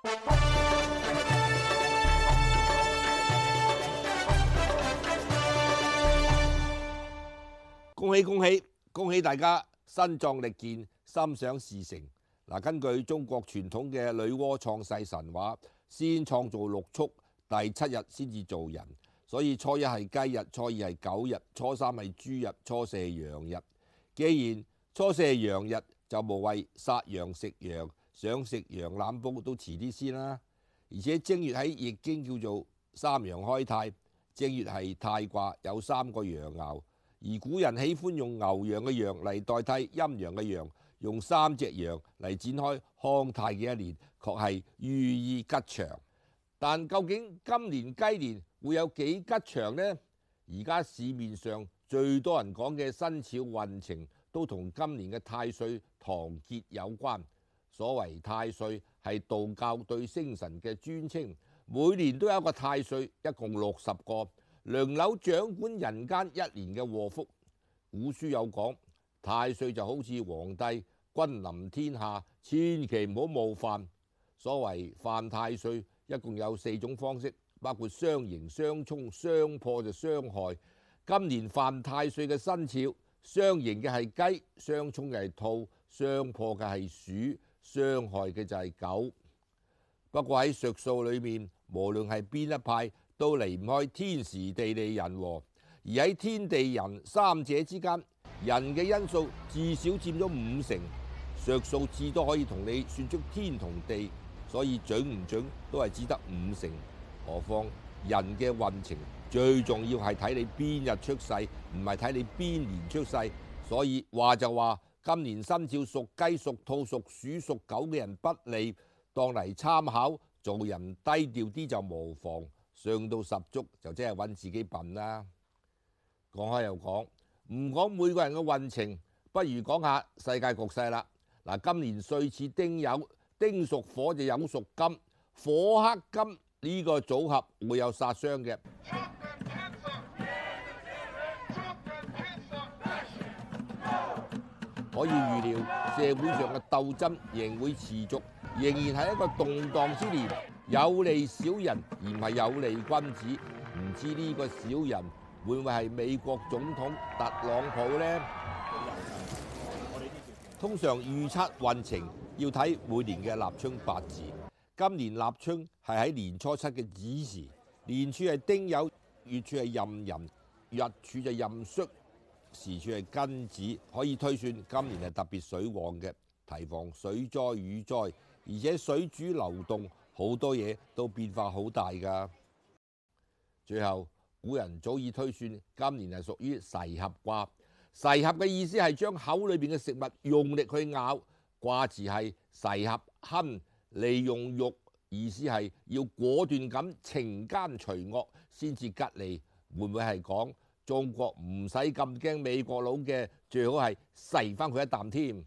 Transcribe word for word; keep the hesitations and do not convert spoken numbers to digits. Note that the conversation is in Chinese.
恭喜恭喜恭喜大家身壯力健，心想事成。嗱，根據中國傳統嘅女媧創世神話，先創造六畜，第七日先至做人。所以初一係雞日，初二係狗日，初三係豬日，初四係羊日。既然初四係羊日，就無謂殺羊食羊，想食羊腩煲都遲啲先啦。而且正月喺易經叫做三陽開泰，正月係泰卦，有三個陽爻。而古人喜歡用牛羊嘅羊嚟代替陰陽嘅陽，用三隻羊嚟展開康泰嘅一年，確係寓意吉祥。但究竟今年雞年會有幾吉祥呢？而家市面上最多人講嘅生肖運程都同今年嘅太歲唐傑有關。所謂太歲係道教對星神嘅尊稱，每年都有一個太歲，一共六十個。輪流掌管人間一年嘅禍福。古書有講，太歲就好似皇帝君臨天下，千祈唔好冒犯。所謂犯太歲，一共有四種方式，包括相刑、相沖、相破就傷害。今年犯太歲嘅生肖，相刑嘅係雞，相沖嘅係兔，相破嘅係鼠，傷害嘅就係狗。不過喺術數裏面，無論係邊一派，都離唔開天時地利人和，而喺天地人三者之間，人嘅因素至少佔咗五成，術數至多可以同你算出天同地，所以準唔準都係只得五成。何況人嘅運程最重要係睇你邊日出世，唔係睇你邊年出世。所以話就話，今年生肖屬雞、屬兔、屬鼠、屬狗嘅人不利，當嚟參考，做人低調啲就無妨。上到十足就真係揾自己笨啦。講開又講，唔講每個人嘅運程，不如講下世界局勢啦。嗱，今年歲次丁酉，丁屬火就酉屬金，火克金呢個組合會有殺傷嘅。可以預料社會上嘅鬥爭仍會持續，仍然係一個動盪之年。有利小人而唔係有利君子，唔知呢個小人會唔會係美國總統特朗普呢？通常預測運程要睇每年嘅立春八字，今年立春係喺年初七嘅子時，年柱係丁酉，月柱係壬寅，日柱就壬戌，時柱係庚子，可以推算今年係特別水旺嘅，提防水災雨災，而且水主流動。好多嘢都變化好大㗎。最後，古人早已推算今年係屬於噬嗑卦。噬嗑嘅意思係將口裏邊嘅食物用力去咬，卦辭係噬嗑亨，利用肉，意思係要果斷咁懲奸除惡先至吉利。會唔會係講中國唔使咁驚美國佬嘅，最好係噬返佢一啖添？